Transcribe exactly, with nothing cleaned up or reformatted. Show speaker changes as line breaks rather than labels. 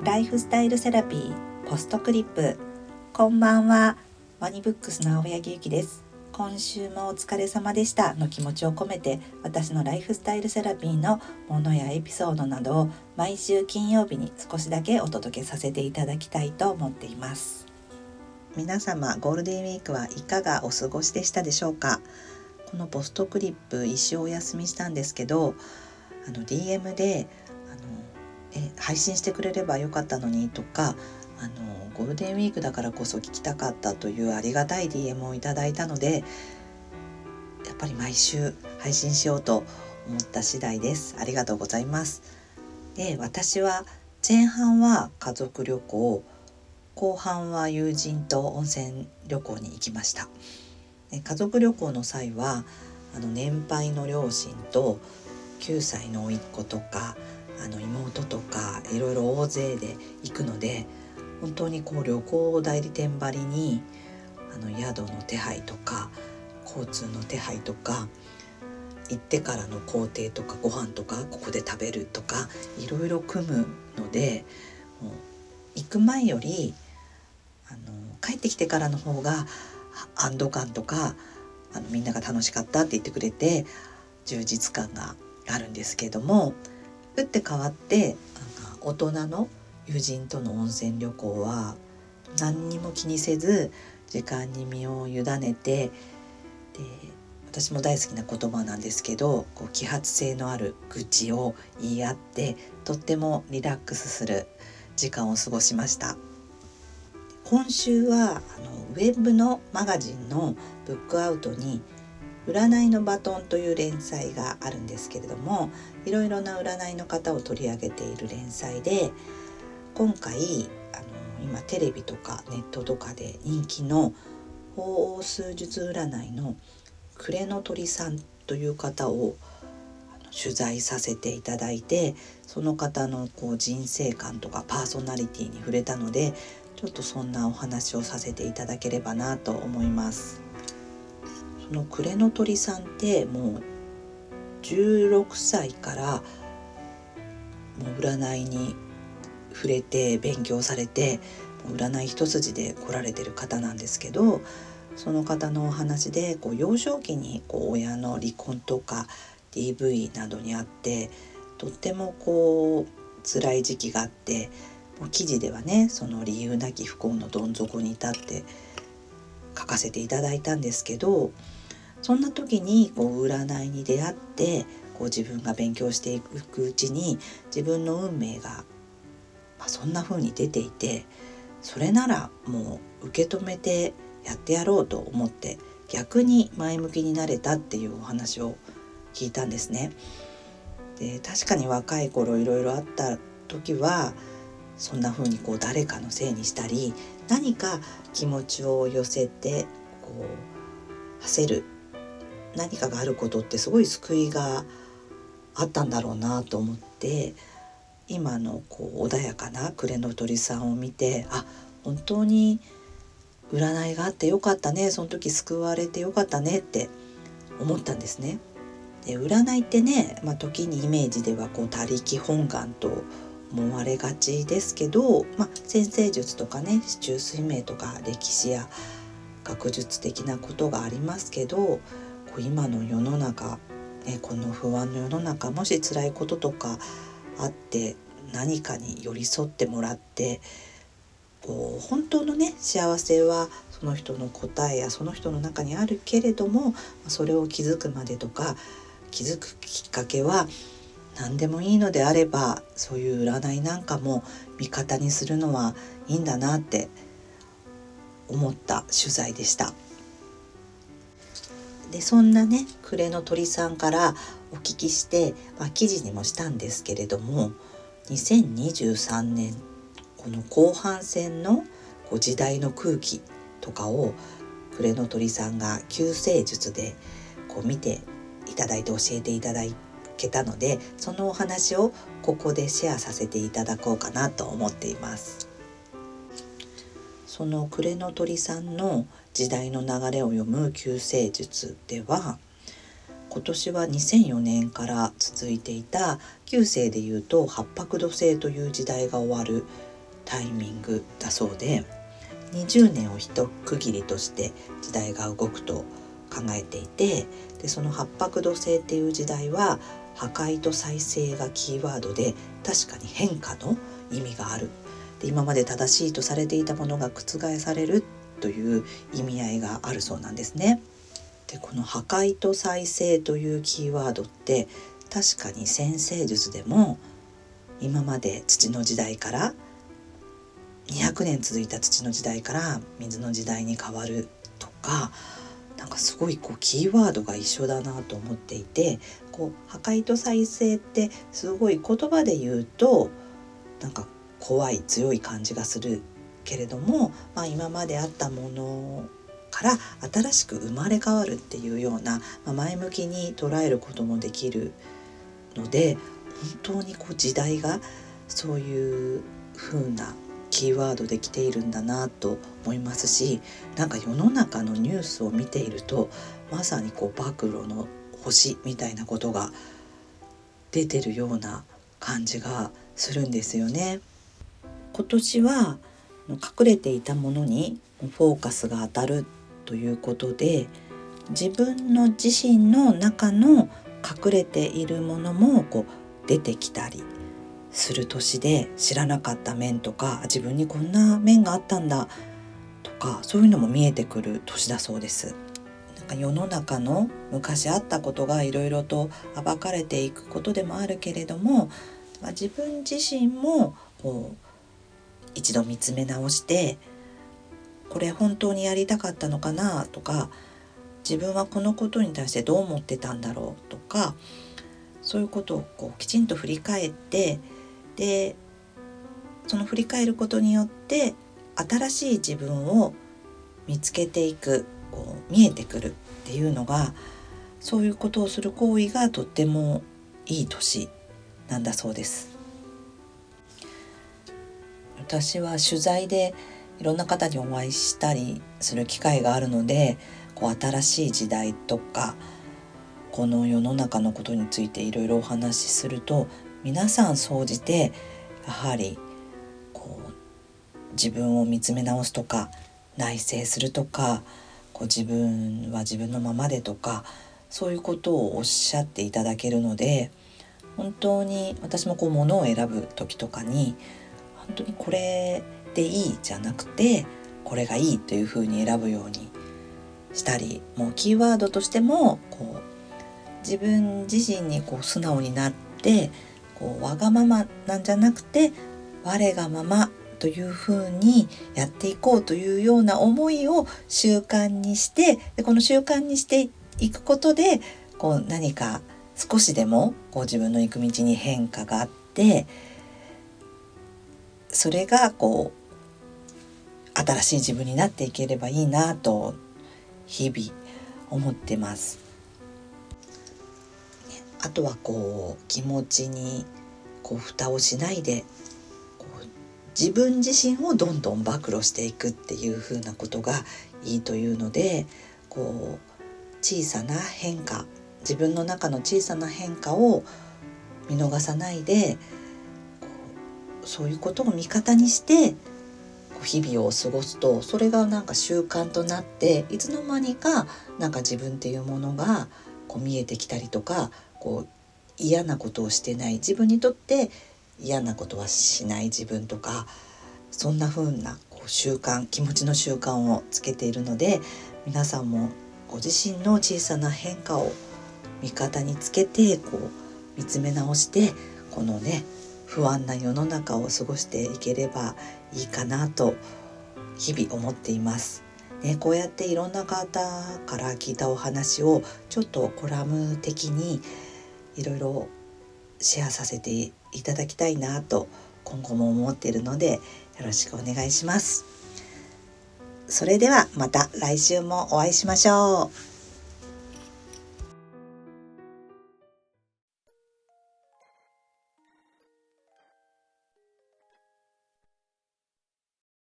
ライフスタイルセラピーポストクリップ。こんばんは、ワニブックスの青柳ゆきです。今週もお疲れ様でしたの気持ちを込めて、私のライフスタイルセラピーのものやエピソードなどを毎週金曜日に少しだけお届けさせていただきたいと思っています。皆様、ゴールデンウィークはいかがお過ごしでしたでしょうか。このポストクリップ一生お休みしたんですけど、あの ディーエム であのえ配信してくれればよかったのにとか、あのゴールデンウィークだからこそ聞きたかったというありがたい ディーエム をいただいたので、やっぱり毎週配信しようと思った次第です。ありがとうございます。で、私は前半は家族旅行、後半は友人と温泉旅行に行きました。家族旅行の際はあの年配の両親ときゅうさいの甥っ子とかあの妹とかいろいろ大勢で行くので、本当にこう旅行代理店ばりにあの宿の手配とか交通の手配とか行ってからの工程とかご飯とかここで食べるとかいろいろ組むので、もう行く前よりあの帰ってきてからの方が安堵感とかあのみんなが楽しかったって言ってくれて充実感があるんですけども、打って変わってあの大人の友人との温泉旅行は何にも気にせず時間に身を委ねて、で私も大好きな言葉なんですけど、こう揮発性のある愚痴を言い合ってとってもリラックスする時間を過ごしました。今週はあのウェブのマガジンのブックアウトに占いのバトンという連載があるんですけれども、いろいろな占いの方を取り上げている連載で、今回あの今テレビとかネットとかで人気の鳳凰数術占いの暮れの鳥さんという方を取材させていただいて、その方のこう人生観とかパーソナリティに触れたので、ちょっとそんなお話をさせていただければなと思います。その暮れの鳥さんってもうじゅうろくさいからもう占いに触れて勉強されて、占い一筋で来られてる方なんですけど、その方のお話でこう幼少期にこう親の離婚とか ディーブイ などにあってとってもこう辛い時期があって、もう記事ではね、その理由なき不幸のどん底にいたって書かせていただいたんですけど、そんな時にこう占いに出会ってこう自分が勉強していくうちに自分の運命が、まあ、そんな風に出ていて、それならもう受け止めてやってやろうと思って逆に前向きになれたっていうお話を聞いたんですね。で、確かに若い頃いろいろあった時はそんな風にこう誰かのせいにしたり、何か気持ちを寄せてこう焦る何かがあることってすごい救いがあったんだろうなと思って、今のこう穏やかな暮れの鳥さんを見て、あ、本当に占いがあってよかったね、その時救われてよかったねって思ったんですね。で、占いってね、まあ、時にイメージではこう他力本願と思われがちですけど、まあ、占星術とかね、四柱推命とか歴史や学術的なことがありますけど、こう今の世の中、ね、この不安の世の中、もし辛いこととかあって何かに寄り添ってもらって、こう本当のね幸せはその人の答えやその人の中にあるけれども、それを気づくまでとか気づくきっかけは何でもいいのであれば、そういう占いなんかも味方にするのはいいんだなって思った取材でした。で、そんなね暮れの鳥さんからお聞きして、まあ、記事にもしたんですけれども、にせんにじゅうさんねんこの後半戦のこう時代の空気とかを暮れの鳥さんが救世術でこう見ていただいて教えていただけたので、そのお話をここでシェアさせていただこうかなと思っています。その暮れの鳥さんの時代の流れを読む救世術では、今年はにせんよねんから続いていた旧世でいうと八白土星という時代が終わるタイミングだそうで、にじゅうねんを一区切りとして時代が動くと考えていて、でその八白土星っていう時代は破壊と再生がキーワードで、確かに変化の意味がある。で今まで正しいとされていたものが覆されるという意味合いがあるそうなんですね。でこの破壊と再生というキーワードって確かに占星術でも今まで土の時代からにひゃくねん続いた土の時代から水の時代に変わるとか、なんかすごいこうキーワードが一緒だなと思っていて、こう破壊と再生ってすごい言葉で言うとなんか怖い強い感じがするけれども、まあ、今まであったものから新しく生まれ変わるっていうような、まあ、前向きに捉えることもできるので、本当にこう時代がそういう風なキーワードで来ているんだなと思いますし、なんか世の中のニュースを見ているとまさにこう暴露の星みたいなことが出てるような感じがするんですよね。今年は隠れていたものにフォーカスが当たるということで、自分の自身の中の隠れているものもこう出てきたりする年で、知らなかった面とか自分にこんな面があったんだとか、そういうのも見えてくる年だそうです。なんか世の中の昔あったことがいろいろと暴かれていくことでもあるけれども、自分自身もこう一度見つめ直して、これ本当にやりたかったのかなとか、自分はこのことに対してどう思ってたんだろうとか、そういうことをこうきちんと振り返って、でその振り返ることによって新しい自分を見つけていく、こう見えてくるっていうのが、そういうことをする行為がとってもいい年なんだそうです。私は取材でいろんな方にお会いしたりする機会があるので、こう新しい時代とかこの世の中のことについていろいろお話しすると、皆さん総じてやはりこう自分を見つめ直すとか内省するとか、こう自分は自分のままでとか、そういうことをおっしゃっていただけるので、本当に私もこう物を選ぶ時とかに、本当にこれでいいじゃなくてこれがいいというふうに選ぶようにしたり、もうキーワードとしてもこう自分自身にこう素直になって、こうわがままなんじゃなくて我がままというふうにやっていこうというような思いを習慣にして、でこの習慣にしていくことで、こう何か少しでもこう自分の行く道に変化があって、それがこう新しい自分になっていければいいなと日々思ってます。あとはこう気持ちにこう蓋をしないで、こう自分自身をどんどん暴露していくっていう風なことがいいというので、こう小さな変化、自分の中の小さな変化を見逃さないで、そういうことを味方にして日々を過ごすと、それがなんか習慣となって、いつの間にかなんか自分っていうものがこう見えてきたりとか、こう嫌なことをしてない自分にとって嫌なことはしない自分とか、そんな風なこう習慣、気持ちの習慣をつけているので、皆さんもご自身の小さな変化を味方につけてこう見つめ直して、このね不安な世の中を過ごしていければいいかなと日々思っています、ね、こうやっていろんな方から聞いたお話をちょっとコラム的にいろいろシェアさせていただきたいなと今後も思っているので、よろしくお願いします。それではまた来週もお会いしましょう。